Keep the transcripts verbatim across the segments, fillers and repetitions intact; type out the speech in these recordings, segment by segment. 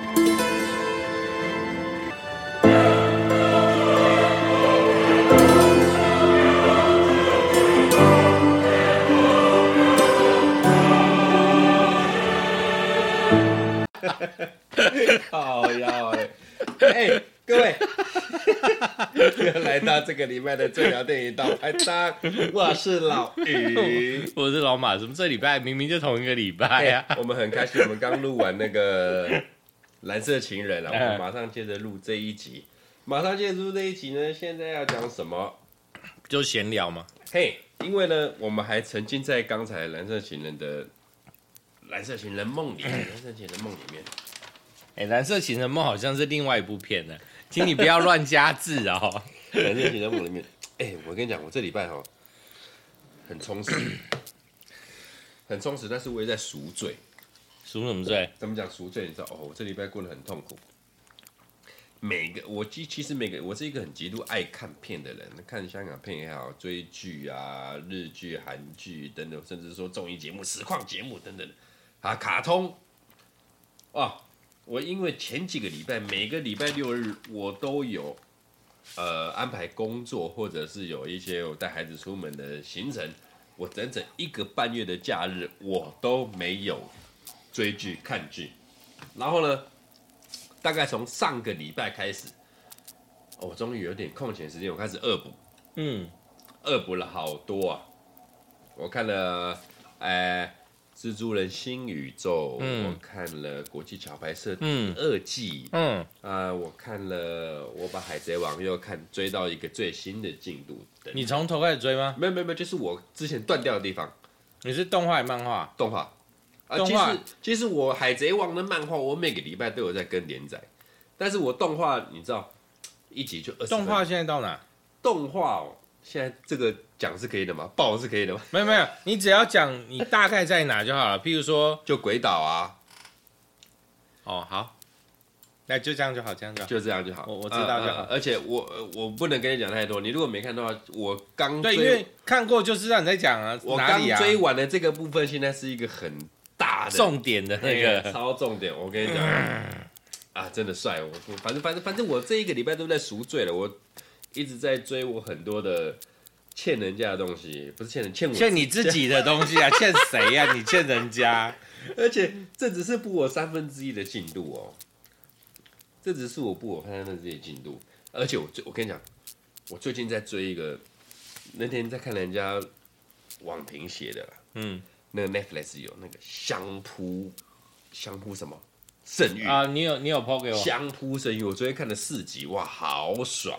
好呀，哎，各位，又来到这个礼拜的最聊电影大排档，我是老于， 我是老马。怎么这礼拜明明就同一个礼拜啊？ 我们很开心，我们刚录完那个《蓝色情人》了，我们马上接着录这一集。马上接着录这一集呢，现在要讲什么？ 就闲聊嘛。 嘿，因为呢，我们还沉浸在刚才《蓝色情人》的《蓝色情人梦》里面，《蓝色情人梦》里面。 哎、欸，蓝色情人梦好像是另外一部片呢，请你不要乱加字哦。 蓝色情人梦里面，哎、欸，我跟你讲，我这礼拜哈很充实，很充实，但是我也在赎罪。 赎什么罪？ 怎么讲赎罪？你知道哦，我这礼拜过得很痛苦。每个我其其实每个我是一个很极度爱看片的人，看香港片也好，追剧啊、日剧、韩剧等等，甚至说综艺节目、实况节目等等啊，卡通哦。我因为前几个礼拜，每个礼拜六日我都有呃安排工作，或者是有一些我带孩子出门的行程，我整整一个半月的假日我都没有追剧看剧。然后呢，大概从上个礼拜开始，哦、我终于有点空闲时间，我开始恶补， 嗯， 恶补了好多啊。我看了，哎。蜘蛛人新宇宙，嗯、我看了国际桥牌社第二季，嗯，啊、呃，我看了，我把海贼王又看追到一个最新的进度。 你从头开始追吗？ 没有没有没有，就是我之前断掉的地方。 你是动画还是漫画？ 动画。啊， 动画。 其实其实我海贼王的漫画，我每个礼拜都有在跟连载，但是我动画你知道，一集就二十分。 动画现在到哪？ 动画哦。现在这个讲是可以的吗？报是可以的吗？ 没有没有，你只要讲你大概在哪就好了。譬如说， 就鬼岛啊。 哦，好，那就这样就好，这样就好， 就这样就好。 我我知道就好。 呃呃、而且我我不能跟你讲太多，你如果没看的话，我刚对，因为看过就知道你在讲啊。 我刚追完的这个部分，现在是一个很大的重点的那个超重点。我跟你讲、嗯、啊，真的帅！我反正反正反正我这一个礼拜都在赎罪了，我。一直在追我很多的欠人家的东西，不是欠人，欠我欠你自己的东西啊，欠谁呀、啊？你欠人家， 而且这只是补我三分之一的进度哦，这只是我补我三分之一的进度，而且我我跟你讲，我最近在追一个，那天在看人家网评写的啦，嗯，那个 Netflix 有那个相扑，相扑什么圣域啊，你有你有 po 给我相扑圣域，我昨天看了四集，哇，好爽。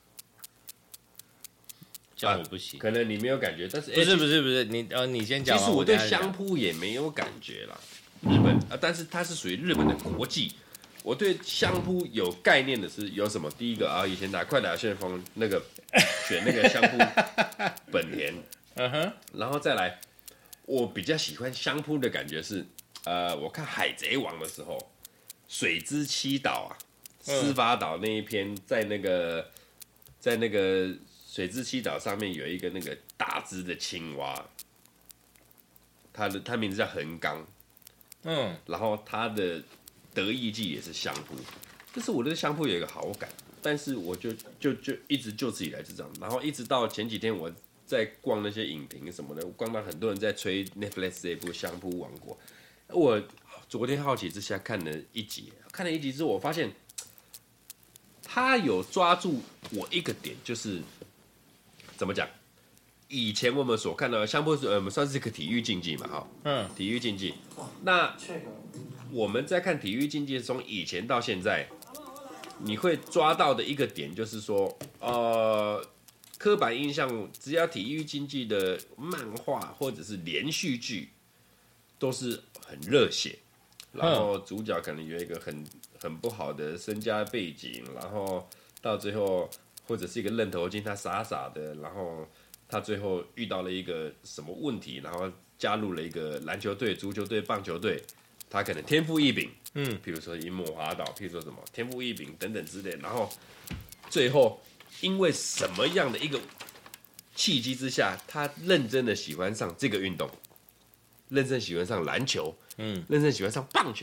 叫我不行、 啊，可能你没有感觉，但是不是不是不是你呃，你先讲。 其实我对相扑也没有感觉啦，日本啊，但是它是属于日本的国技。我对相扑有概念的是有什么？第一个啊，以前打快打旋风那个选那个相扑本田，嗯哼，然后再来，我比较喜欢相扑的感觉是，呃，我看海贼王的时候，水之七岛啊，司法岛那一篇，在那个在那个。水之七岛上面有一个那个大只的青蛙，它的它名字叫横纲，嗯，然后它的得意技也是相扑，就是我对相扑有一个好感，但是我就就就一直就此以来就这样，然后一直到前几天我在逛那些影评什么的，逛到很多人在吹 Netflix 这一部《相扑王国》，我昨天好奇之下看了一集，看了一集之后，我发现他有抓住我一个点，就是。怎么讲？以前我们所看到的相扑是，呃，我们算是一个体育竞技嘛，哈，嗯，体育竞技。那我们在看体育竞技，从以前到现在，你会抓到的一个点就是说，呃，刻板印象，只要体育竞技的漫画或者是连续剧，都是很热血，然后主角可能有一个很很不好的身家背景，然后到最后。或者是一个愣头青，他傻傻的，然后他最后遇到了一个什么问题，然后加入了一个篮球队、足球队、棒球队，他可能天赋异禀，嗯，譬如说樱木花道，譬如说什么天赋异禀等等之类，然后最后因为什么样的一个契机之下，他认真的喜欢上这个运动，认真喜欢上篮球，嗯，认真喜欢上棒球，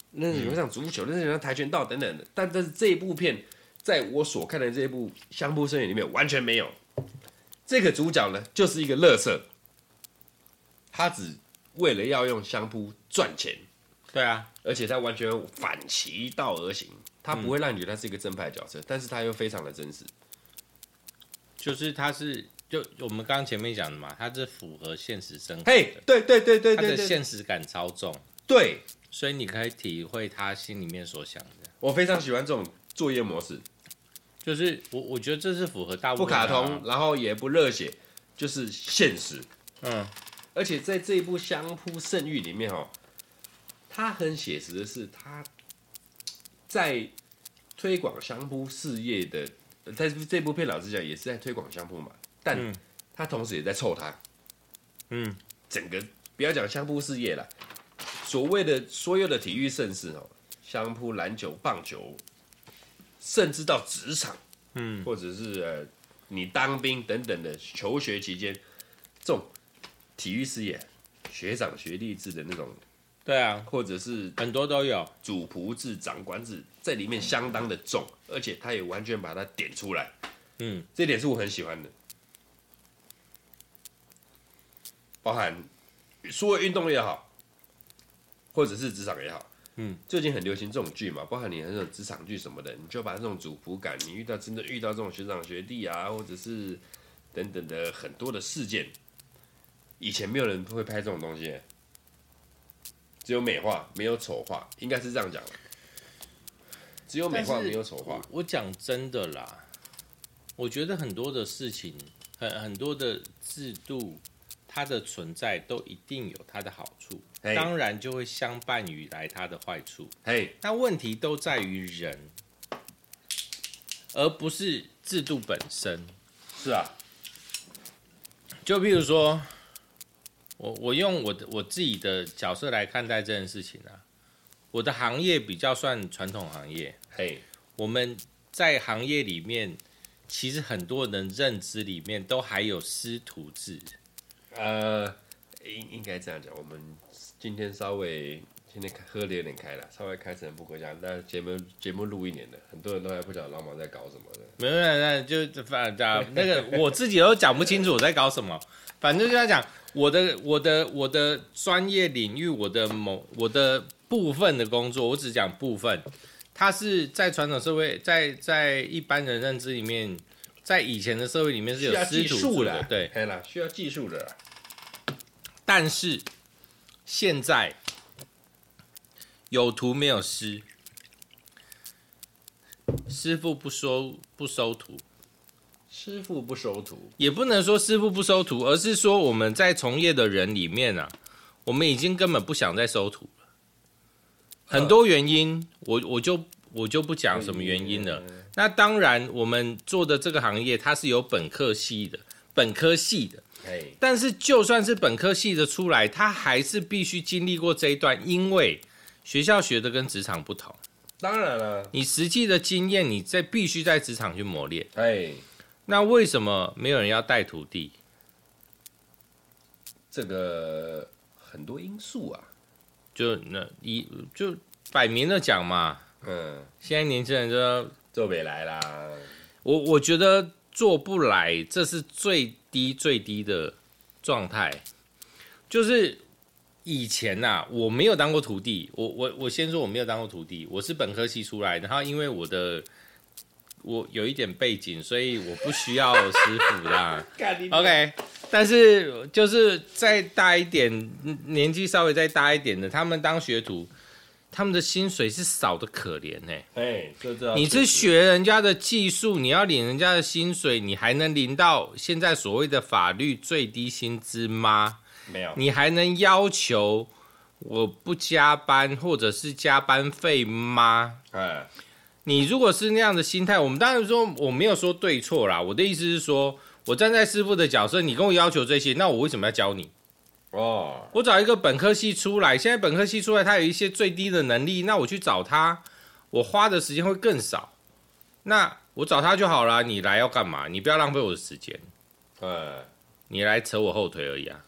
认真喜欢上足球，认真喜欢上跆拳道等等的。但但是这一部片，在我所看的这一部《相扑生源》里面完全没有。这个主角呢，就是一个垃圾，他只为了要用相扑赚钱。 对啊， 而且他完全反其道而行，他不会让你觉得他是一个正派角色，嗯、但是他又非常的真实。 就是他是就我们刚刚前面讲的嘛，他是符合现实生活的。嘿，对对对对对， 他的现实感超重。 对， 所以你可以体会他心里面所想的。 我非常喜欢这种作业模式， 就是我我觉得这是符合大部分不卡通，然后也不热血，就是现实。 嗯， 而且在这一部《相扑圣域》里面哦。他很写实的是，他在推广相扑事业的，在这部片老实讲也是在推广相扑嘛，但他同时也在凑他，嗯，整个不要讲相扑事业了，所谓的所有的体育盛事哦，相扑、篮球、棒球，甚至到职场，嗯，或者是呃你当兵等等的求学期间，这种体育事业，学长学弟制的那种。 对啊， 或者是很多都有主仆制、长官制，在里面相当的重，而且他也完全把它点出来。嗯，这点是我很喜欢的。包含所有运动也好，或者是职场也好，嗯，最近很流行这种剧嘛，包含你那种职场剧什么的，你就把这种主仆感，你遇到真的遇到这种学长学弟啊，或者是等等的很多的事件，以前没有人会拍这种东西。只有美化，没有丑化，应该是这样讲。只有美化，没有丑化。 我讲真的啦，我觉得很多的事情，很很多的制度，它的存在都一定有它的好处，当然就会相伴于来它的坏处。 嘿， 那问题都在于人，而不是制度本身。 是啊， 就譬如说。我我用我的我自己的角色来看待这件事情啊，我的行业比较算传统行业， 嘿， 我们在行业里面，其实很多人认知里面都还有师徒制， 呃，应应该这样讲，我们今天稍微今天喝的有点开了，稍微开诚布公讲，但节目节目录一年了，很多人都还不晓得老马在搞什么的， 没有没有，就反正那个我自己都讲不清楚我在搞什么，反正就在讲。我的我的我的专业领域，我的某我的部分的工作，我只讲部分。它是在传统社会，在在一般人认知里面，在以前的社会里面是有师徒制的，对， 对啦，需要技术的啦。 但是现在有徒没有师，师傅不收不收徒。 师傅不收徒， 也不能说师傅不收徒，而是说我们在从业的人里面啊，我们已经根本不想再收徒了。很多原因，我我就我就不讲什么原因了。那当然，我们做的这个行业，它是有本科系的，本科系的。但是就算是本科系的出来，他还是必须经历过这一段，因为学校学的跟职场不同。 当然了， 你实际的经验，你在必须在职场去磨练。 哎。 那为什么没有人要带徒弟？ 这个很多因素啊， 就那一就摆明了讲嘛，嗯，现在年轻人就做不来啦。 我我觉得做不来，这是最低最低的状态。就是以前呐、啊，我没有当过徒弟，我我我先说我没有当过徒弟，我是本科系出来，然后因为我的。我有一点背景，所以我不需要师傅啦。OK， 但是就是再大一点，年纪稍微再大一点的，他们当学徒，他们的薪水是少的可怜呢、 欸。哎， 你是学人家的技术，你要领人家的薪水，你还能领到现在所谓的法律最低薪资吗？ 没有。 你还能要求我不加班或者是加班费吗？哎。你如果是那样的心态，我们当然说我没有说对错啦。我的意思是说，我站在师傅的角色，你跟我要求这些，那我为什么要教你？哦，我找一个本科系出来，现在本科系出来，他有一些最低的能力，那我去找他，我花的时间会更少。那我找他就好啦，你来要干嘛？你不要浪费我的时间。呃，你来扯我后腿而已啊。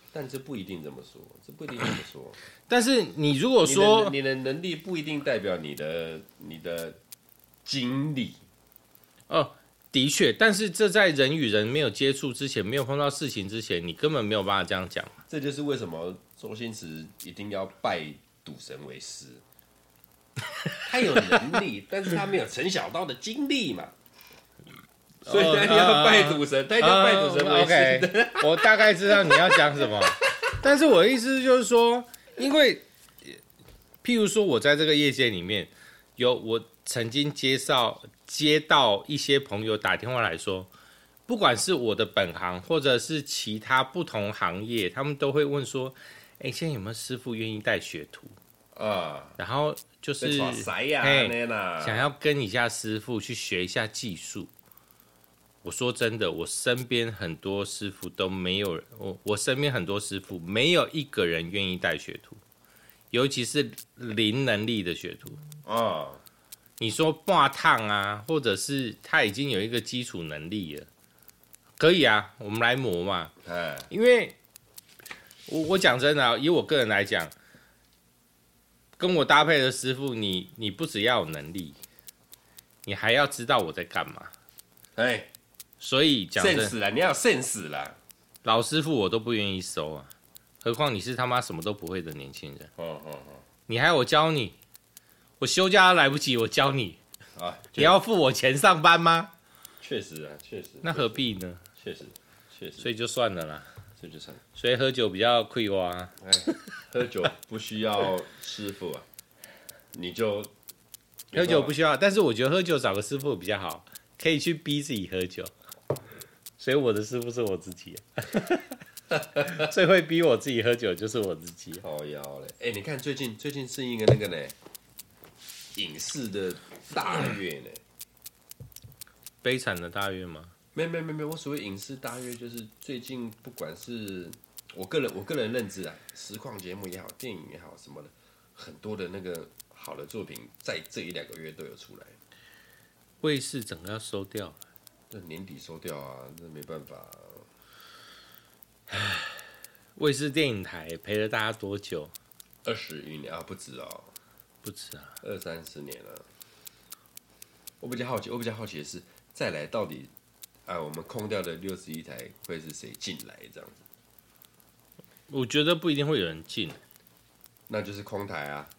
但这不一定这么说，这不一定这么说。 但是你如果说你的你的能力不一定代表你的你的经历。 哦，的确，但是这在人与人没有接触之前，没有碰到事情之前，你根本没有办法这样讲。 这就是为什么周星驰一定要拜赌神为师。他有能力，但是他没有陈小刀的经历嘛，所以他要拜赌神，他一定要拜赌神为师。 Uh, OK， 我大概知道你要讲什么，但是我的意思就是说，因为譬如说我在这个业界里面，有我曾经接到接到一些朋友打电话来说，不管是我的本行或者是其他不同行业，他们都会问说，哎，现在有没有师傅愿意带学徒啊？ 然后就是想要跟一下师傅去学一下技术。我说真的，我身边很多师傅都没有，我我身边很多师傅没有一个人愿意带学徒，尤其是零能力的学徒啊。 你说挂烫啊，或者是他已经有一个基础能力了，可以啊，我们来磨嘛。因为我我讲真的、啊，以我个人来讲，跟我搭配的师傅，你你不只要有能力，你还要知道我在干嘛。 哎， 所以讲真 ，sense 啦，你要有 sense 啦。 老师傅我都不愿意收啊，何况你是他妈什么都不会的年轻人。 哦哦哦， 你还要我教你？我休假都来不及，我教你啊？ 你要付我钱上班吗？ 确实啊，确实。 那何必呢？ 确实，确实。 所以就算了啦， 这就算了。 所以喝酒比较亏哇。 哎，喝酒不需要师傅啊，你就喝酒不需要，但是我觉得喝酒找个师傅比较好，可以去逼自己喝酒。所以我的师傅是我自己、啊，最会逼我自己喝酒就是我自己、啊。 好腰嘞！哎，你看最近最近是一个那个呢，影视的大月呢。 悲惨的大月吗？ 没没没没，我所谓影视大月就是最近不管是我个人我个人认知啊，实况节目也好，电影也好什么的，很多的那个好的作品在这一两个月都有出来。 卫视整个要收掉了， 这年底收掉啊，这没办法、啊。 唉，卫视电影台陪了大家多久？ 二十余年啊，不止哦， 不止啊， 二三十年了。我比较好奇，我比较好奇的是，再来到底啊，我们空掉的六十一台会是谁进来这样子？ 我觉得不一定会有人进， 那就是空台啊。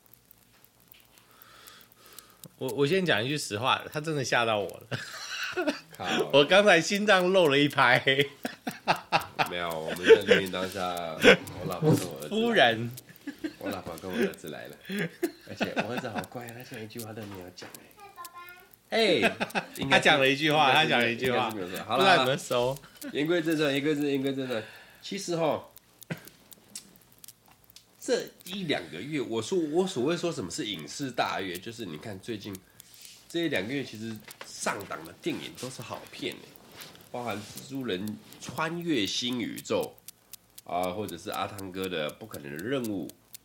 我我先讲一句实话，他真的吓到我了。 我刚才心脏漏了一拍。 没有，我们在录音当下，我老婆跟我儿子夫人， 我老婆跟我儿子来了，而且我儿子好乖，他现在一句话都没有讲哎。哎， 他讲了一句话，他讲了一句话， 不知道有没有收。 言归正传，言归正言归正传。其实哈，这一两个月，我说我所谓说什么是影视大月，就是你看最近这一两个月，其实上档的电影都是好片哎，包含蜘蛛人穿越新宇宙啊，或者是阿汤哥的不可能的任务，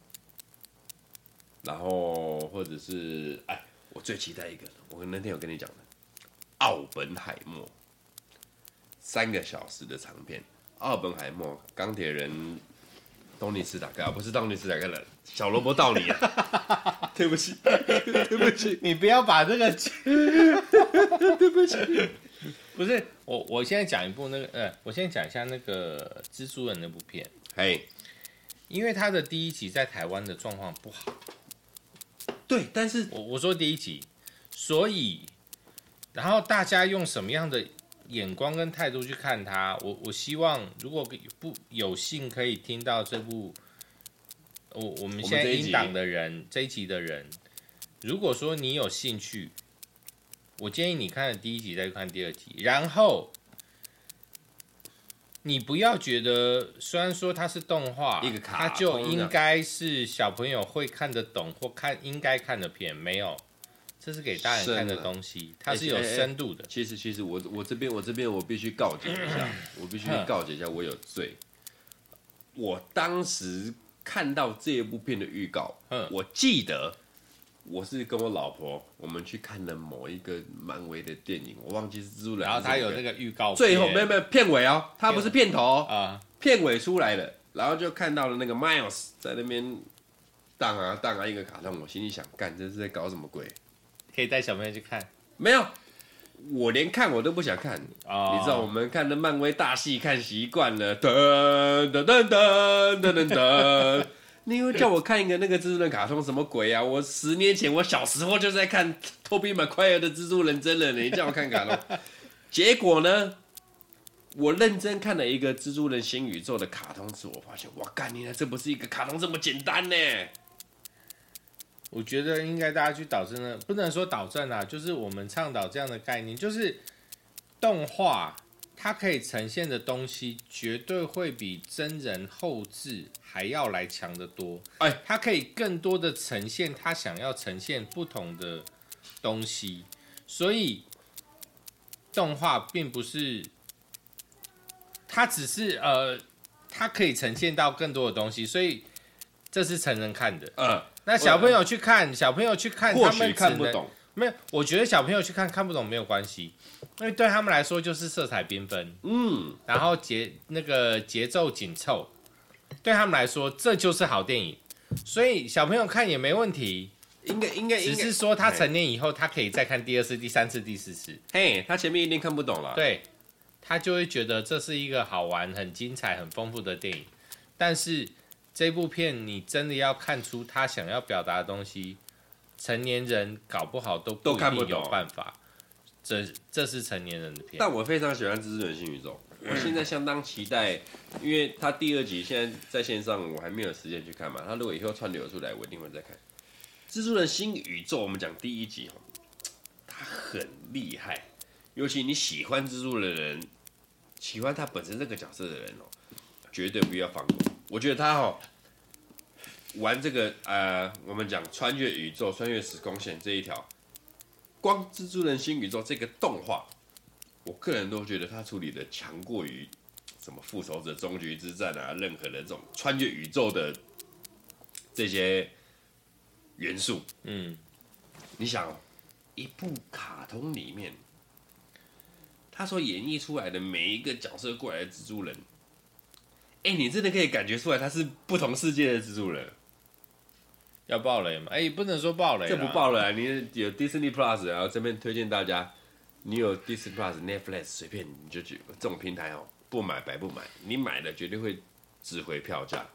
然后或者是哎，我最期待一个，我那天有跟你讲的，奥本海默，三个小时的长片，奥本海默，钢铁人。东尼斯塔克啊，不是东尼斯塔克了，小萝卜道尼啊！对不起，对不起， 你不要把这个， 对不起， 不是我，我现在讲一部那个，呃，我现在讲一下那个蜘蛛人那部片， 嘿， 因为他的第一集在台湾的状况不好， 对，但是我我说第一集，所以，然后大家用什么样的眼光跟态度去看他，我我希望如果不有幸可以听到这部，我我们现在音档的人这一集的人，如果说你有兴趣，我建议你看了第一集再去看第二集，然后你不要觉得虽然说它是动画， 一个卡它就应该是小朋友会看得懂或看应该看的片，没有。这是给大人看的东西，它是有深度的。 欸欸欸、其实，其实我我这边我这边我必须告诫一下，我必须告诫一下，我有罪。我当时看到这一部片的预告，我记得我是跟我老婆我们去看了某一个漫威的电影，我忘记是蜘蛛人。 然后他有那个预告， 最后没有没有片尾哦，它不是片头啊、哦，片尾出来了， 然后就看到了那个 Miles 在那边荡啊荡啊一个卡通，我心里想，干这是在搞什么鬼？ 可以带小朋友去看。 没有，我连看我都不想看。 哦， 你知道我们看的漫威大戏看习惯了，噔噔噔噔噔噔噔。你又叫我看一个那个蜘蛛人卡通，什么鬼啊？我十年前我小时候就在看托比马奎尔的蜘蛛人真人，你叫我看卡通，结果呢，我认真看了一个蜘蛛人新宇宙的卡通时，我发现，哇干你呢，这不是一个卡通这么简单呢。 我觉得应该大家去导正呢，不能说导正啊，就是我们倡导这样的概念，就是动画它可以呈现的东西，绝对会比真人后制还要来强得多。 哎， 它可以更多的呈现它想要呈现不同的东西，所以动画并不是，它只是呃，它可以呈现到更多的东西，所以这是成人看的。 呃， 那小朋友去看，小朋友去看， 或许他们看不懂。 没有，我觉得小朋友去看看不懂没有关系，因为对他们来说就是色彩缤纷， 嗯， 然后节那个节奏紧凑，对他们来说这就是好电影，所以小朋友看也没问题。 应该应该只是说他成年以后，他可以再看第二次、第三次、第四次。 嘿，他前面一定看不懂了。 对，他就会觉得这是一个好玩、很精彩、很丰富的电影。但是这部片你真的要看出他想要表达的东西，成年人搞不好都不一定有办法。这这是成年人的片。 但我非常喜欢《蜘蛛人新宇宙》，我现在相当期待，因为他第二集现在在线上，我还没有时间去看嘛。他如果以后串流出来，我一定会再看。蜘蛛人新宇宙，我们讲第一集，他很厉害，尤其你喜欢蜘蛛人的人，喜欢他本身这个角色的人哦，绝对不要放过。我觉得他哦，玩这个呃，我们讲穿越宇宙、穿越时空线这一条，光蜘蛛人新宇宙这个动画，我个人都觉得他处理的强过于什么复仇者终局之战啊，任何的这种穿越宇宙的这些元素。 嗯， 你想哦，一部卡通里面，他所演绎出来的每一个角色过来的蜘蛛人，哎、欸，你真的可以感觉出来他是不同世界的蜘蛛人。 要爆雷吗？哎、欸，不能说爆雷， 这不爆了、啊。你有 Disney Plus， 然后这边推荐大家，你有 Disney Plus、Netflix， 随便你就觉得这种平台哦，不买白不买，你买了绝对会值回票价。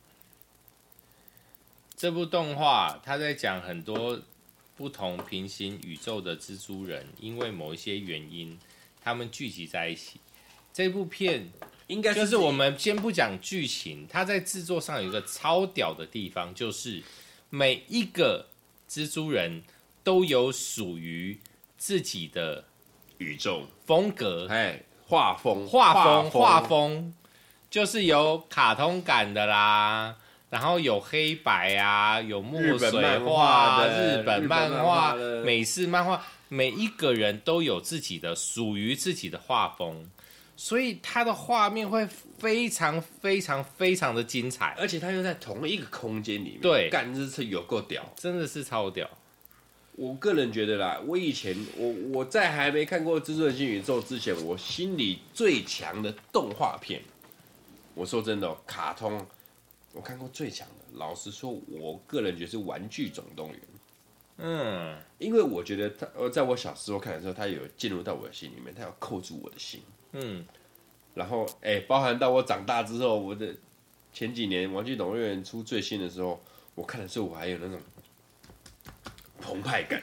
这部动画它在讲很多不同平行宇宙的蜘蛛人，因为某一些原因，他们聚集在一起。这部片应该 是, 就是我们先不讲剧情，它在制作上有一个超屌的地方，就是每一个蜘蛛人都有属于自己的宇宙风格， 哎，画风， 画风，画风，就是有卡通感的啦。然后有黑白啊，有墨水画的、日本漫画、美式漫画，每一个人都有自己的属于自己的画风，所以他的画面会非常非常非常的精彩， 而且他又在同一个空间里面， 对， 干这是有够屌， 真的是超屌。 我个人觉得啦，我以前我我在还没看过《蜘蛛人新宇宙》之前，我心里最强的动画片，我说真的、哦，卡通。我看过最强的，老实说，我个人觉得是《玩具总动员》。 嗯， 因为我觉得他，呃，在我小时候看的时候，他有进入到我的心里面，他有扣住我的心。 嗯， 然后，哎、欸，包含到我长大之后，我的前几年《玩具总动员》出最新的时候，我看的时候，我还有那种澎湃感。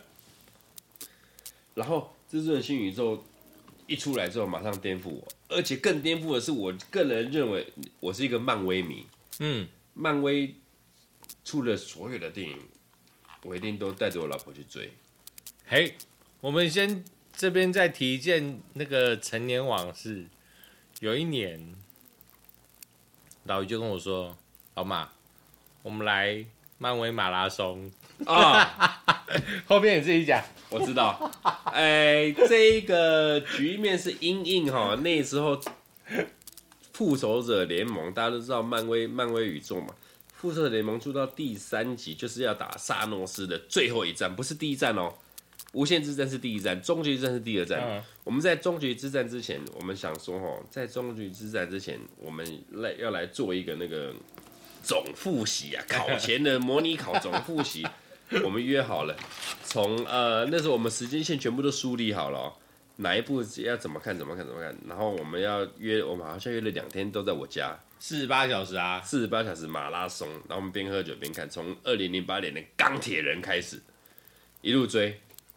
然后，《蜘蛛人新宇宙》一出来之后，马上颠覆我，而且更颠覆的是，我个人认为我是一个漫威迷。 嗯， 漫威出了所有的电影，我一定都带着我老婆去追。 嘿，我们先这边再提一件那个陈年往事。有一年，老于就跟我说：“老马，我们来漫威马拉松啊！”后面你自己讲。 我知道，哎、欸，这一个局面是因应哈，那时候。复仇者联盟，大家都知道漫威漫威宇宙嘛。复仇者联盟出到第三集，就是要打萨诺斯的最后一战，不是第一战哦， 无限之战是第一站，终局之战是第二站。 嗯、 我们在终局之战之前，我们想说哦，在终局之战之前，我们来要来做一个那个总复习啊，考前的模拟考总复习。我们约好了，从呃那时候我们时间线全部都梳理好了、哦，哪一部要怎么看怎么看怎么看，然后我们要约，我们好像约了两天都在我家， 四十八小时啊， 四十八小时马拉松，然后我们边喝酒边看，从二零零八年的钢铁人开始，一路追。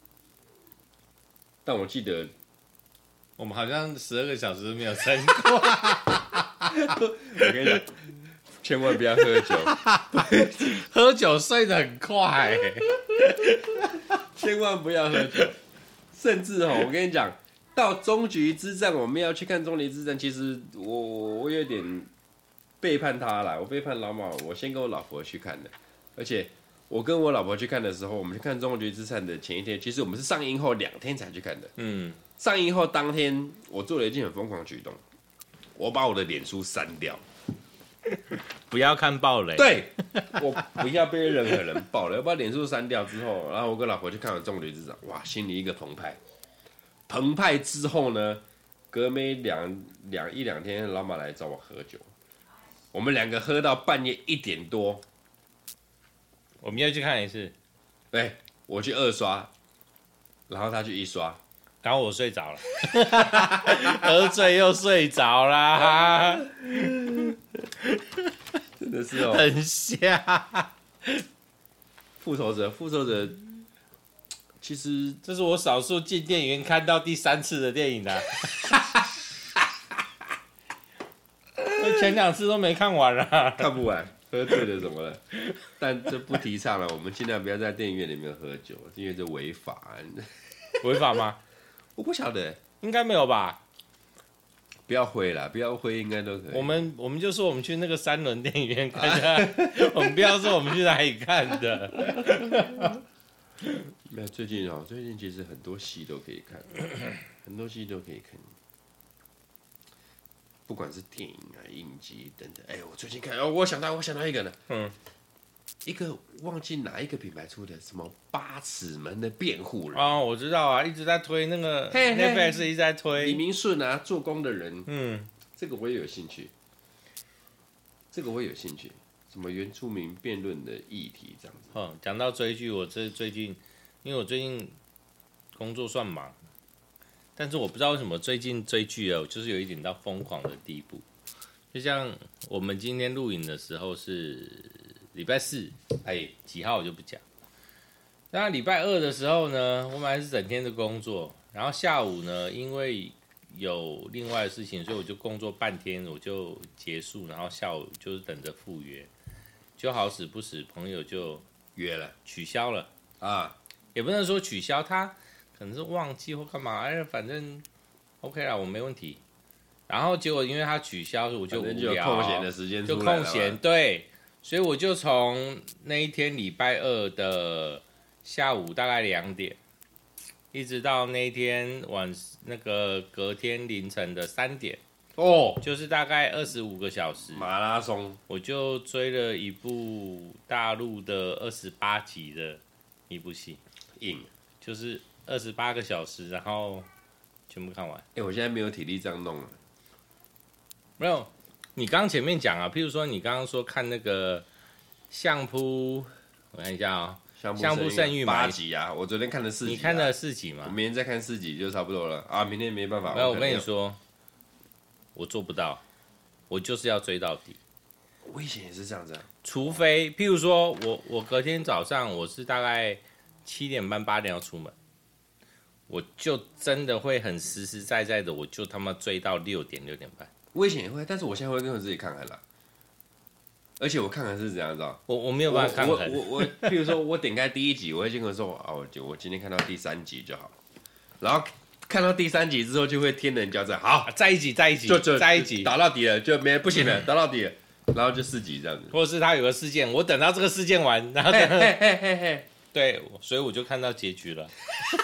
但我记得我们好像十二个小时都没有撑过。 我跟你讲，千万不要喝酒， 喝酒睡得很快、欸， 千万不要喝酒。甚至哦，我跟你讲，到终局之战，我们要去看终局之战，其实我我有点背叛他了，我背叛老马，我先跟我老婆去看的，而且我跟我老婆去看的时候，我们去看终局之战的前一天，其实我们是上映后两天才去看的。嗯，上映后当天，我做了一件很疯狂的举动，我把我的脸书删掉。 不要看爆雷。 对，我不要被任何人爆雷。我把脸书删掉之后，然后我跟老婆去看了《终局之战》，哇，心里一个澎湃。澎湃之后呢，隔没两两一两天，老马来找我喝酒，我们两个喝到半夜一点多。 我们要去看一次。 对，我去二刷，然后他去一刷， 然后我睡着了，喝醉又睡着啦。 真的是哦， 很瞎。 复仇者，复仇者，其实这是我少数进电影院看到第三次的电影啦、啊。前两次都没看完啦， 看不完，喝醉了怎么了？但这不提倡了，我们尽量不要在电影院里面喝酒，因为这违法。 违法吗？ 我不晓得， 应该没有吧。 不要灰啦，不要灰，应该都可以。 我们我们就说我们去那个三轮电影院看的，我们不要说我们去哪里看的。 没有，最近哦，最近其实很多戏都可以看，很多戏都可以看，不管是电影啊、影集等等。哎，我最近看，哦，我想到，我想到一个呢，嗯，一个忘记哪一个品牌出的，什么八尺门的辩护人。 哦，我知道啊，一直在推那个 Netflix 一直在推李明顺啊，做工的人， 嗯， 这个我也有兴趣，这个我也有兴趣。什么原住民辩论的议题这样子。 哦，讲到追剧，我这最近，因为我最近工作算忙，但是我不知道为什么最近追剧啊，就是有一点到疯狂的地步。就像我们今天录影的时候是礼拜四，哎，几号我就不讲。那礼拜二的时候呢，我本来是整天的工作，然后下午呢，因为有另外的事情，所以我就工作半天，我就结束，然后下午就是等着赴约。就好死不死，朋友就约了， 取消了啊， 也不能说取消，他可能是忘记或干嘛，哎，反正 OK 啦，我没问题。然后结果因为他取消，我就无聊， 就有空闲的时间就空闲，对，所以我就从那一天礼拜二的下午大概两点，一直到那一天晚那个隔天凌晨的三点。哦，就是大概二十五个小时马拉松， 我就追了一部大陆的二十八集的一部戏， 硬， 就是二十八个小时，然后全部看完。 哎、欸，我现在没有体力这样弄了。 没有，你刚前面讲啊，譬如说你刚刚说看那个相扑，我看一下啊、哦，相扑圣域八集啊，我昨天看了四集、啊， 你看了四集吗？ 我明天再看四集就差不多了啊，明天没办法。 没有，我跟你说。我做不到，我就是要追到底。 我以前也是这样子、啊， 除非譬如说我我隔天早上我是大概七点半八点要出门，我就真的会很实实在在的，我就他妈追到六点六点半。 我以前也会，但是我现在会跟我自己看看啦。而且我看看是怎样，知道？ 我我没有办法看很。我我我，譬如说我点开第一集，我会先跟我说啊，我我今天看到第三集就好，然后。看到第三集之后，就会天人交战。好， 再一集，再一集， 就就再一集， 打到底了，就没不行了，打到底了，然后就四集这样子。 或者是他有个事件，我等到这个事件完，然后等嘿嘿嘿嘿， 对，所以我就看到结局了。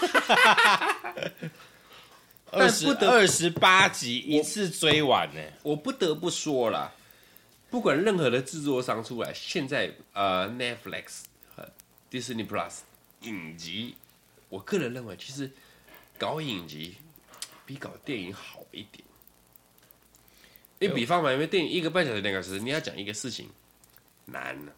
二十二十八集一次追完呢， 我不得不说啦，不管任何的制作商出来，现在呃 Netflix、Disney Plus 影集我个人认为，其实搞影集比搞电影好一点。因为比方嘛，因为电影一个半小时、两个小时，你要讲一个事情难了、啊。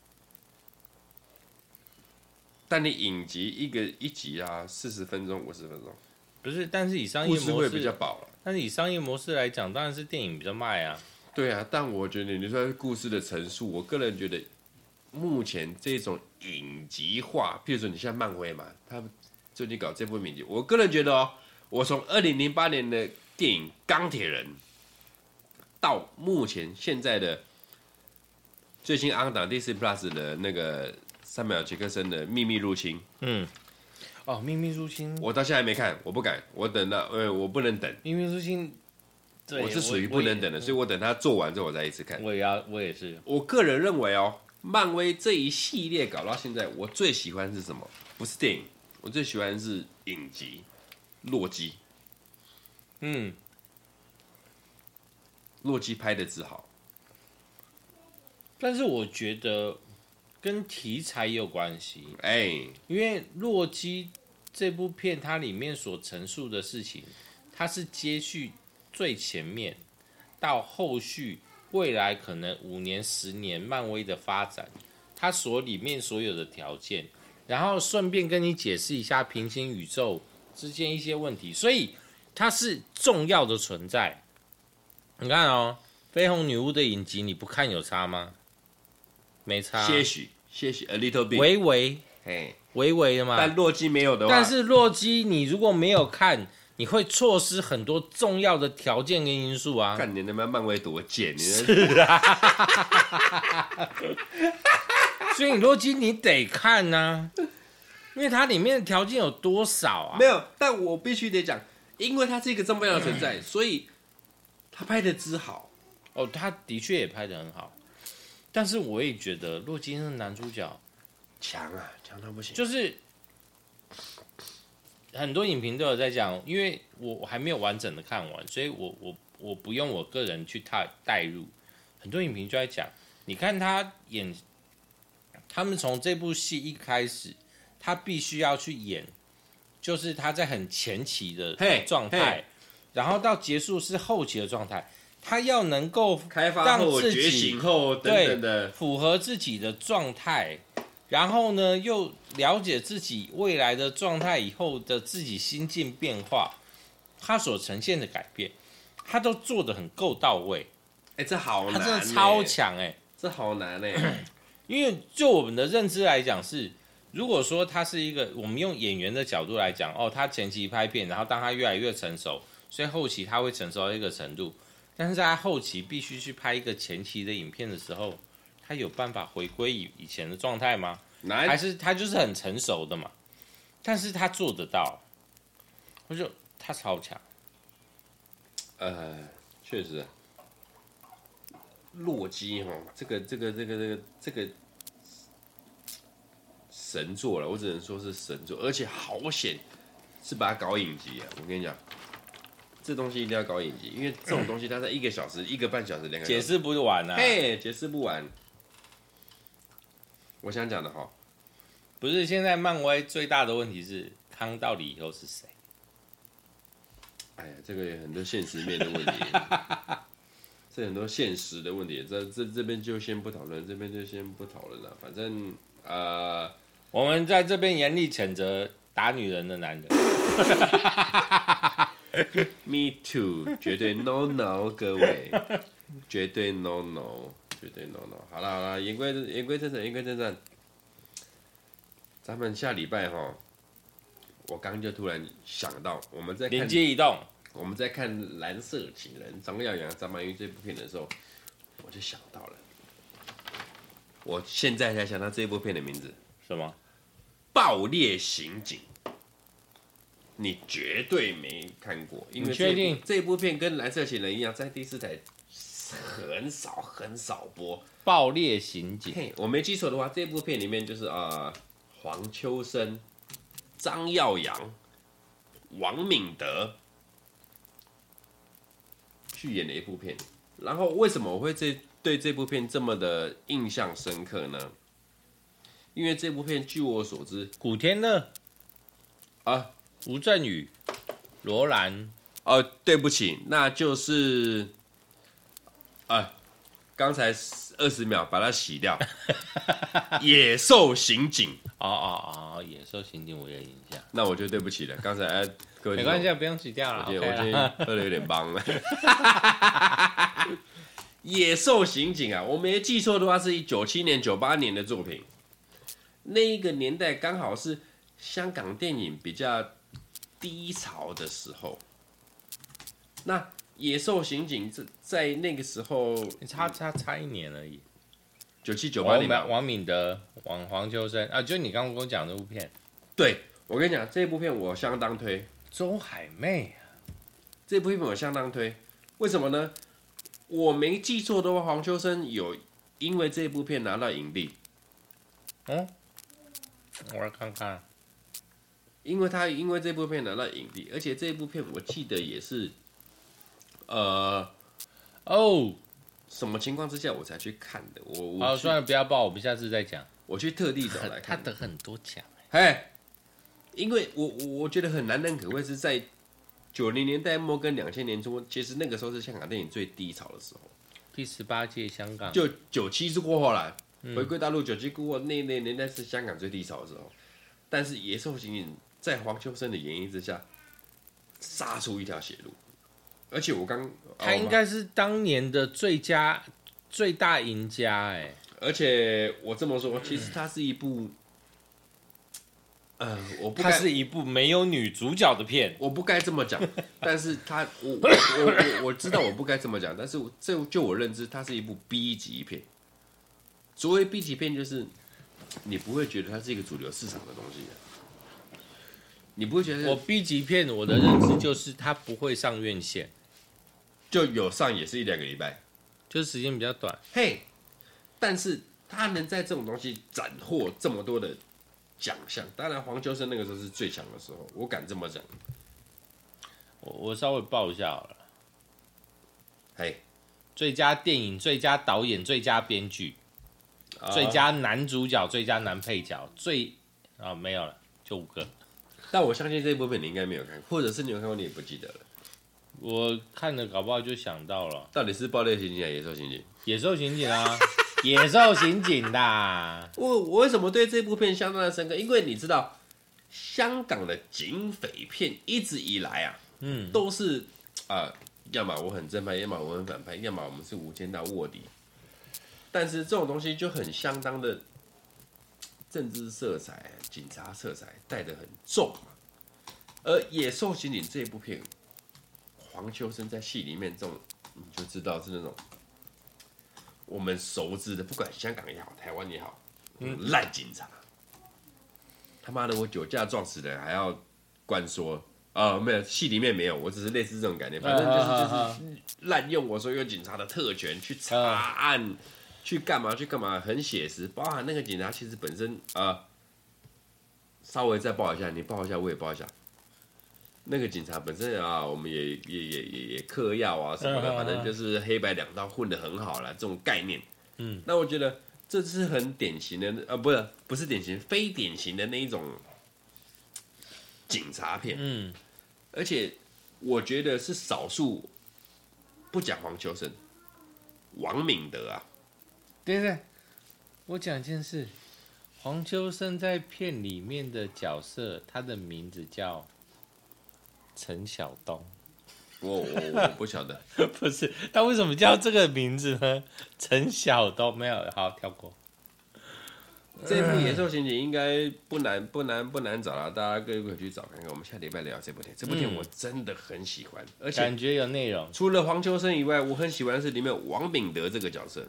但你影集一个一集啊，四十分钟、五十分钟， 不是？但是以商业模式故事会比较饱了。 但是以商业模式来讲，当然是电影比较卖啊。 对啊，但我觉得你说故事的陈述，我个人觉得目前这种影集化，譬如说你像漫威嘛，他最近搞这部影集，我个人觉得哦，我从二零零八年的电影《钢铁人》到目前现在的最新昂档 Disney Plus 的那个萨缪尔·杰克森的《秘密入侵》， 嗯，哦，《秘密入侵》， 我到现在还没看，我不敢，我等到呃，我不能等，《 秘密入侵》。 我是属于不能等的，所以我等他做完之后我再一次看。 我也要，我也是。 我个人认为哦，漫威这一系列搞到现在，我最喜欢是什么？不是电影，我最喜欢是影集《洛基》。 嗯， 洛基拍的之好， 但是我觉得跟题材也有关系。 哎、欸， 因为洛基这部片它里面所陈述的事情，它是接续。最前面到后续未来可能五年、十年漫威的发展，它所里面所有的条件，然后顺便跟你解释一下平行宇宙之间一些问题，所以它是重要的存在。你看哦，绯红女巫的影集你不看有差吗？没差， 些许些许 a little bit， 微微， 嘿， 微微的嘛。 但洛基没有的话， 但是洛基你如果没有看。你会错失很多重要的条件跟因素啊！ 看你他妈漫威多贱，你是啊，所以你洛基你得看啊，因为它里面的条件有多少啊？ 没有，但我必须得讲，因为它是一个这么样的存在，所以他拍的之好。 哦，他的确也拍得很好，但是我也觉得洛基是男主角强啊，强到不行， 就是。很多影评都有在讲，因为我我还没有完整的看完，所以我我我不用我个人去带带入。很多影评就在讲，你看他演，他们从这部戏一开始，他必须要去演，就是他在很前期的状态，然后到结束是后期的状态，他要能够开发后、觉醒后等等的， 符合自己的状态。然后呢，又了解自己未来的状态以后的自己心境变化，他所呈现的改变，他都做得很够到位。 哎、欸，这好难、欸， 他真的超强哎、欸， 这好难哎、欸。 因为就我们的认知来讲是，如果说他是一个，我们用演员的角度来讲，哦，他前期拍片，然后当他越来越成熟，所以后期他会成熟到一个程度，但是在他后期必须去拍一个前期的影片的时候。他有办法回归以以前的状态吗？还是他就是很成熟的嘛？但是他做得到，我就他超强。 呃，确实，洛基哈，这个这个这个这个这个神作了，我只能说是神作，而且好险是把它搞影集啊！我跟你讲。这东西一定要搞影集，因为这种东西它在一个小时、一个半小时、两个小时解释不完啊！ 嘿，解释不完。我想讲的哈， 不是现在漫威最大的问题是康到底以后是谁？ 哎呀，这个有很多现实面的问题，这很多现实的问题，这这这边就先不讨论，这边就先不讨论了。反正呃， 我们在这边严厉谴责打女人的男人。 Me too， 绝对 no no， 各位，绝对 no no， 绝对 no no。好了好了，言归言归正传，言归正传。咱们下礼拜哈，我刚就突然想到，我们在灵机一动， 我们在看《蓝色情人》张耀扬、张曼玉这部片的时候，我就想到了，我现在才想到这部片的名字， 什么？ 爆裂刑警。你绝对没看过，因为你确定这部片跟《蓝色情人》一样，在第四台很少很少播。 爆裂刑警， 嘿，我没记错的话，这部片里面就是啊、呃，黄秋生、张耀扬、王敏德去演的一部片。然后为什么我会这对这部片这么的印象深刻呢？因为这部片据我所知， 古天乐。 啊， 吴镇宇、罗兰。 哦，对不起，那就是啊，刚才二十秒把它洗掉。野兽刑警。 哦哦哦，野兽刑警我有印象。 那我就对不起了，刚才哎，各位没关系，不用洗掉了。 我今天 OK 我今啦天喝的有点帮了。野兽刑警啊，我没记错的话是九七年、九八年的作品。那一个年代刚好是香港电影比较低潮的时候。那野兽刑警在在那个时候， 差差差一年而已。 九七九八年吧。 王敏德、王黄秋生啊，就你刚刚跟我讲的那部片。 对，我跟你讲，这部片我相当推。 周海媚啊， 这部片我相当推，为什么呢？我没记错的话，黄秋生有因为这部片拿到影帝。 嗯，我来看看。 因为他因为这部片拿到影帝，而且这部片我记得也是，呃， 哦， 什么情况之下我才去看的？我我好，算了，不要报，我们下次再讲。 我去特地找来他看。 得很多奖哎，因为我我我觉得很难能可贵是在九零年代末跟两千年初，其实那个时候是香港电影最低潮的时候。 第十八届香港， 就九七是过后来，回归大陆九七过后那那年代是香港最低潮的时候，但是《野兽刑警》在黄秋生的演绎之下，杀出一条血路。而且我刚， 他应该是当年的最佳最大赢家哎。 而且我这么说，其实它是一部，呃，我不它该， 是一部没有女主角的片。 我不该这么讲，但是它，我我我我我知道我不该这么讲，但是这就我认知，它是一部 B 级片。所谓 B 级片，就是你不会觉得它是一个主流市场的东西。你不会觉得我 B 级片我的认知就是它不会上院线， 就有上也是一两个礼拜， 就是时间比较短。 嘿，但是他能在这种东西斩获这么多的奖项，当然黄秋生那个时候是最强的时候，我敢这么讲。 我我稍微报一下好了。 嘿， 最佳电影、最佳导演、最佳编剧、 啊最佳男主角、最佳男配角、最啊没有了，就五个。 但我相信这部片你应该没有看过，或者是你有看过你也不记得了。 我看了，搞不好就想到了到底是爆裂刑警还是野兽刑警？ 野兽刑警啊，野兽刑警啦。 我我为什么对这部片相当的深刻？因为你知道，香港的警匪片一直以来啊， 嗯， 都是啊、呃，要么我很正派，要么我很反派，要么我们是无间道卧底。但是这种东西就很相当的政治色彩、警察色彩带得很重嘛。而《野兽刑警》这一部片，黄秋生在戏里面这种，你就知道是那种我们熟知的，不管香港也好，台湾也好，嗯，烂警察。他妈的，我酒驾撞死人还要灌说，呃，没有，戏里面没有，我只是类似这种概念，反正就是就是滥用我所有警察的特权去查案，去干嘛去干嘛，很写实。包含那个警察其实本身啊、呃，稍微再报一下，你报一下，我也报一下。那个警察本身啊，我们也也也也也嗑药啊什么的，反正就是黑白两道混得很好啦，这种概念。嗯，那我觉得这是很典型的，呃，不是不是典型，非典型的那一种警察片。嗯，而且我觉得是少数不讲黄秋生，王敏德啊。 对对，我讲一件事，黄秋生在片里面的角色，他的名字叫陈晓东。 我我我不晓得， 不是他为什么叫这个名字呢？陈晓东没有，好跳过。 这部《野兽刑警》应该不难不难不难找了，大家各位可以去找看看。我们下礼拜聊这部片，这部片我真的很喜欢，而且感觉有内容。 除了黄秋生以外，我很喜欢的是里面王敏德这个角色。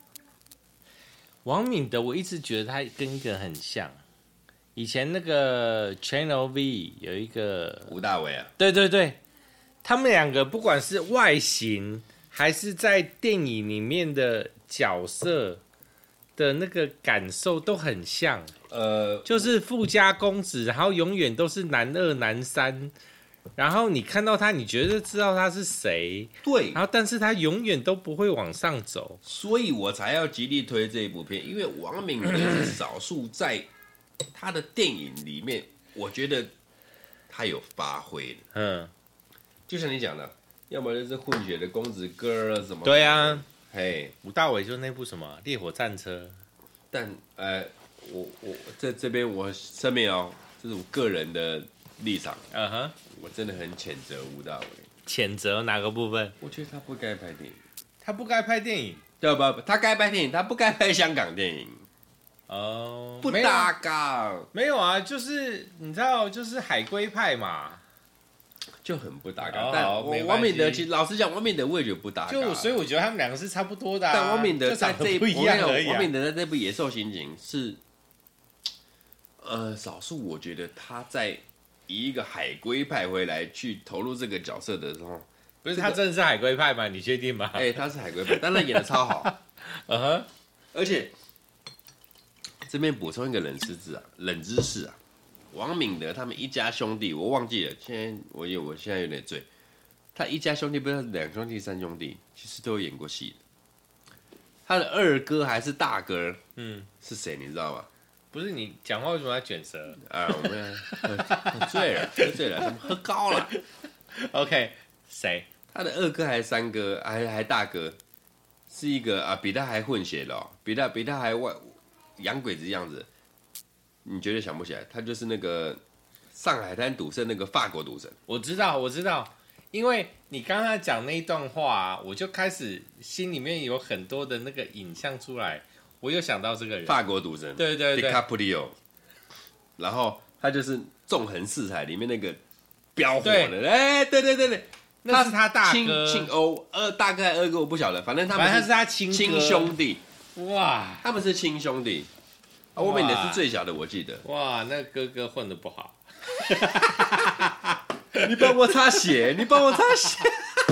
王敏德，我一直觉得他跟一个人很像。以前那个 Channel V 有一个吴大维啊， 对对对，他们两个不管是外形还是在电影里面的角色的那个感受都很像。 呃， 就是富家公子，然后永远都是男二男三，然后你看到他，你绝对知道他是谁， 对， 然后但是他永远都不会往上走， 所以我才要极力推这一部片，因为王敏德是少数在他的电影里面，我觉得他有发挥的。 嗯， 就像你讲的，要么就是混血的公子哥什么。 对啊， 嘿， 吴大伟就那部什么《烈火战车》， 但呃，我我在这边我声明哦，这是我个人的立场， 嗯哼， 我真的很谴责吴大维。 谴责哪个部分？ 我觉得他不该拍电影。 他不该拍电影。 对不不，他该拍电影，他不该拍香港电影。 哦， 不搭嘎。 没有啊，就是你知道，就是海归派嘛， 就很不搭嘎。 哦但我没关系王敏德其实老实讲，王敏德我也觉得不搭嘎。 就所以我觉得他们两个是差不多的、啊。 但王敏德在这一部， 不一样而已、啊。 王敏德在这部《野兽刑警》是，呃，少数我觉得他在以一个海归派回来去投入这个角色的时候， 不是他真的是海归派吗？你确定吗？ 哎、欸，他是海归派，但他演的超好。 嗯哼， 而且这边补充一个冷知识啊，冷知识啊，王敏德他们一家兄弟，我忘记了，现在我有我现在有点醉。他一家兄弟不知道是两兄弟三兄弟，其实都有演过戏的。他的二哥还是大哥，嗯，是谁你知道吗？ 不是你讲话为什么要卷舌？ 啊，我们喝喝醉了，喝醉了，他们喝高了。 OK， 谁？ 他的二哥还是三哥，还还大哥，是一个啊，比他还混血的、哦，比他比他还外洋鬼子样子。你绝对想不起来，他就是那个上海滩赌圣，那个法国赌神。 我知道，我知道，因为你刚才讲那一段话、啊，我就开始心里面有很多的那个影像出来，我有想到这个人， 法国赌神， 对对对 ，DiCaprio。然后他就是《纵横四海》里面那个飙火的，哎，对对对对。 那是他大哥，亲欧，二大哥还二哥我不晓得，反正他们反正他是他亲亲兄弟， 哇， 他们是亲兄弟，啊，我们的是最小的，我记得， 哇，那哥哥混得不好， 你帮我擦血，你帮我擦血，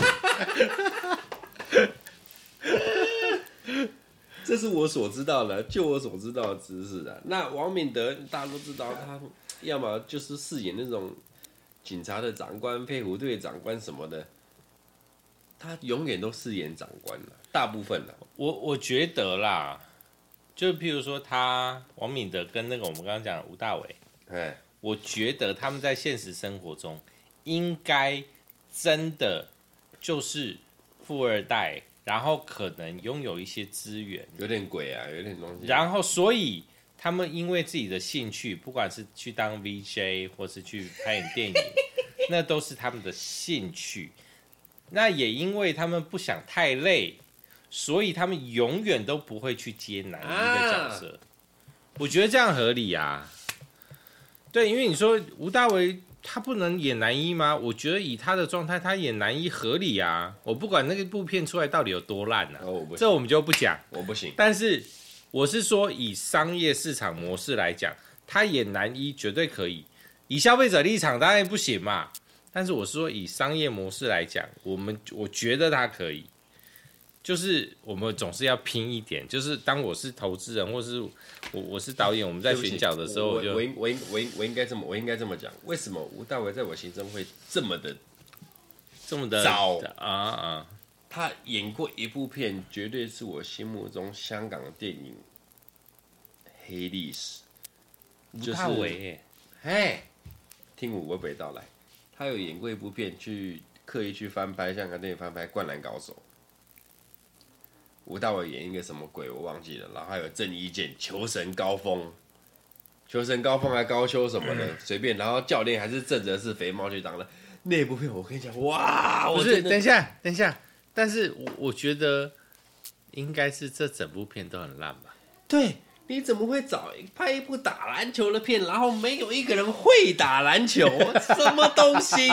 这是我所知道的，就我所知道的知识啊。那王敏德大家都知道，他要么就是饰演那种警察的长官、配虎队长官什么的，他永远都饰演长官了，大部分了。 我我觉得啦，就譬如说他王敏德跟那个我们刚刚讲的吴大维， 哎， 我觉得他们在现实生活中应该真的就是富二代，然后可能拥有一些资源， 有点鬼啊，有点东西。 然后所以他们因为自己的兴趣，不管是去当 V J 或是去拍演电影，那都是他们的兴趣。那也因为他们不想太累，所以他们永远都不会去接男一的角色。啊、我觉得这样合理啊。对，因为你说吴大维他不能演男一吗？我觉得以他的状态，他演男一合理啊。我不管那个部片出来到底有多烂啊， 哦、我这我们就不讲。 我不行， 但是。我是说，以商业市场模式来讲，他演男一绝对可以；以消费者立场当然不行嘛。但是我是说，以商业模式来讲，我们我觉得他可以。就是我们总是要拼一点。就是当我是投资人，或是我我是导演，我们在选角的时候， 我我就我我我我我应该这么我应该这么讲。为什么吴大维在我心中会这么的这么的糟啊啊？ 他演过一部片，绝对是我心目中香港的电影黑历史。 吴大维， 哎，听我娓娓道来。他有演过一部片，去刻意去翻拍香港电影翻拍《灌篮高手》。吴大维演一个什么鬼我忘记了，然后还有郑伊健、求神高峰、求神高峰还高修什么的，随、嗯、便，然后教练还是郑则仕肥猫去当的。那部片我跟你讲，哇！ 不是，等一下，等一下，但是我我觉得应该是这整部片都很烂吧？ 对，你怎么会找拍一部打篮球的片，然后没有一个人会打篮球？什么东西？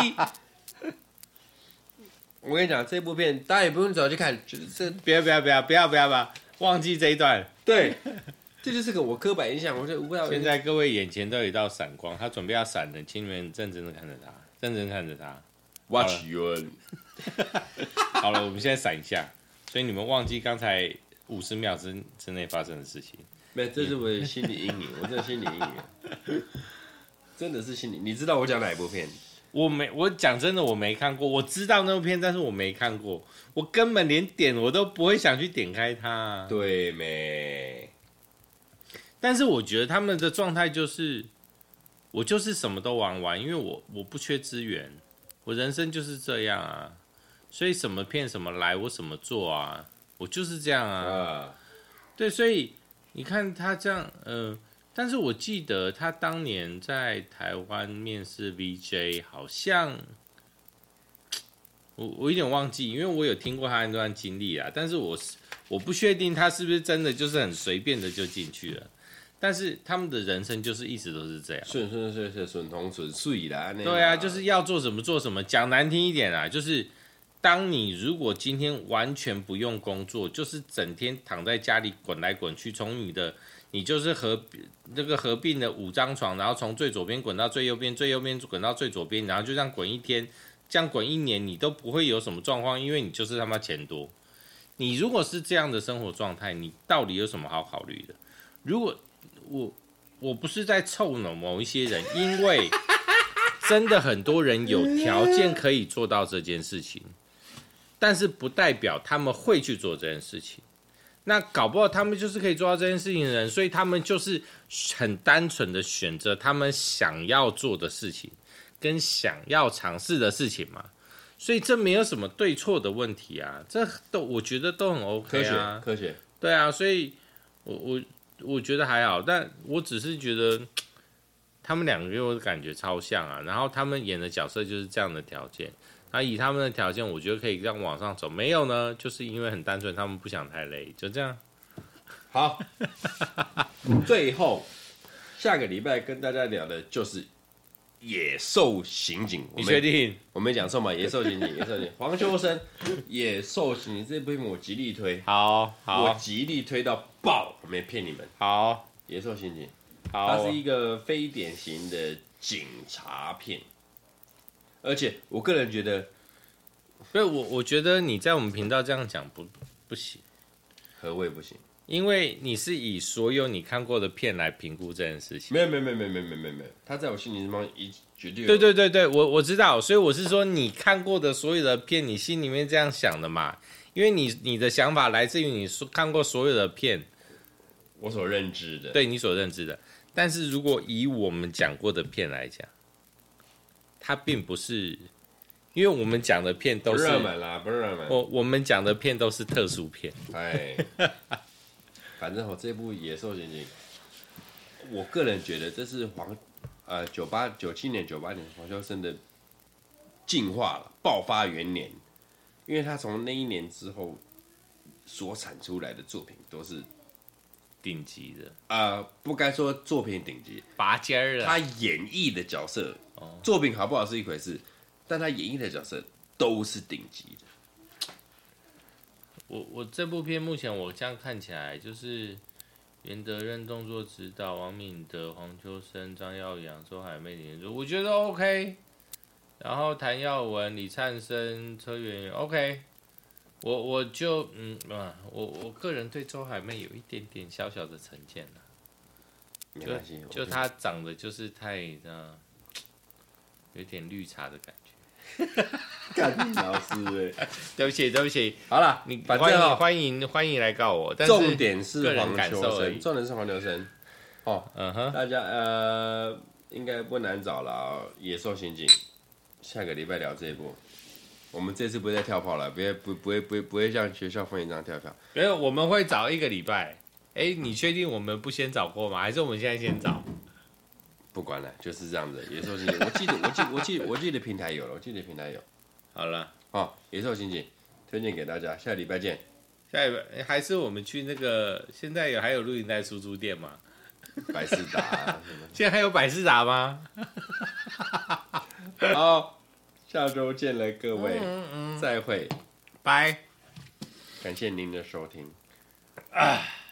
我跟你讲，这部片大家也不用找去看，就是这不要不要不要不要不要吧，忘记这一段。 对，这就是个我刻板印象。我觉得吴大维现在各位眼前都有一道闪光，他准备要闪了，请你们认真的看着他。认真看着他 ，Watch you。 好了，我们现在闪一下，所以你们忘记刚才五十秒之之内发生的事情。 没有，这是我的心理阴影，我真的心理阴影，真的是心理。你知道我讲哪一部片？ 我没，我讲真的，我没看过。我知道那部片，但是我没看过，我根本连点我都不会想去点开它。 对没？ 但是我觉得他们的状态就是。 我就是什么都玩玩，因为我我不缺资源，我人生就是这样啊，所以什么片什么来，我什么做啊，我就是这样啊。 啊对，所以你看他这样，呃，但是我记得他当年在台湾面试 V J， 好像我我有点忘记，因为我有听过他那段经历啊，但是我我不确定他是不是真的就是很随便的就进去了。但是他们的人生就是一直都是这样， 顺顺遂遂、顺风顺水啦。 对啊，就是要做什么做什么。讲难听一点啊，就是当你如果今天完全不用工作，就是整天躺在家里滚来滚去，从你的你就是合那个合并的五张床，然后从最左边滚到最右边，最右边滚到最左边，然后就这样滚一天，这样滚一年，你都不会有什么状况，因为你就是他妈钱多。你如果是这样的生活状态，你到底有什么好考虑的？如果我我不是在臭某某一些人，因为真的很多人有条件可以做到这件事情，但是不代表他们会去做这件事情。那搞不好他们就是可以做到这件事情的人，所以他们就是很单纯的选择他们想要做的事情，跟想要尝试的事情嘛。所以这没有什么对错的问题啊，这都我觉得都很 OK 啊， 科学科学。 对啊，所以我我。我觉得还好，但我只是觉得他们两个给我的感觉超像啊。然后他们演的角色就是这样的条件，那以他们的条件，我觉得可以这样往上走。没有呢，就是因为很单纯，他们不想太累，就这样。 好，最后下个礼拜跟大家聊的就是《野兽刑警》。 你确定？ 我没讲错嘛？《野兽刑警》，《野兽刑警》，黄秋生，《野兽刑警》这部片我极力推， 好，好， 我极力推到爆，我没骗你们。 好， 《野兽刑警》， 好， 它是一个非典型的警察片，而且我个人觉得， 所以我我觉得你在我们频道这样讲不不行， 何谓不行？ 因为你是以所有你看过的片来评估这件事情。 没有没有没有没有没有没有没有没有，他在我心里面一绝对有。 对对对对，我我知道，所以我是说你看过的所有的片，你心里面这样想的嘛？因为你你的想法来自于你看过所有的片， 我所认知的， 对你所认知的。但是如果以我们讲过的片来讲，它并不是，因为我们讲的片都是不热门啦，不热门。 我我们讲的片都是特殊片。 哎，反正我这部《野兽刑警》，我个人觉得这是黄呃九八九七年九八年黄秋生的进化了爆发元年，因为他从那一年之后所产出来的作品都是顶级的， 呃，不该说作品顶级， 拔尖儿的。 他演绎的角色， 哦、 作品好不好是一回事，但他演绎的角色都是顶级的。 我我这部片目前我这样看起来就是袁德任动作指导，王敏德、黄秋生、张耀扬、周海媚、林如，我觉得 OK。然后谭耀文、李灿森、车圆圆 OK。我我就嗯啊，我我个人对周海媚有一点点小小的成见了， 没关系， 就她长得就是太啊，有点绿茶的感觉。 干你老师哎， 对不起对不起， 好了， 你反正、 欢迎哦、 欢迎欢迎来告我，但是重点是黄秋生， 个人感受而已重点是黄秋生。哦， 嗯哼， 大家呃应该不难找了、哦，《野兽刑警》，下个礼拜聊这一部。我们这次不会再跳炮了，不会不不会不会不会像学校风一样跳跳。 没有，我们会找一个礼拜。哎，你确定我们不先找过吗？还是我们现在先找？ 不管了，就是这样子。野兽刑警，我记得我记我记我记得平台有了，我记得平台有。 好了， 哦，野兽刑警推荐给大家，下礼拜见。 下礼拜还是我们去那个，现在有还有录影带出租店吗？ 百事达、啊， 现在还有百事达吗？ 好，下周见了各位， 嗯嗯再会， 拜。 感谢您的收听。 啊。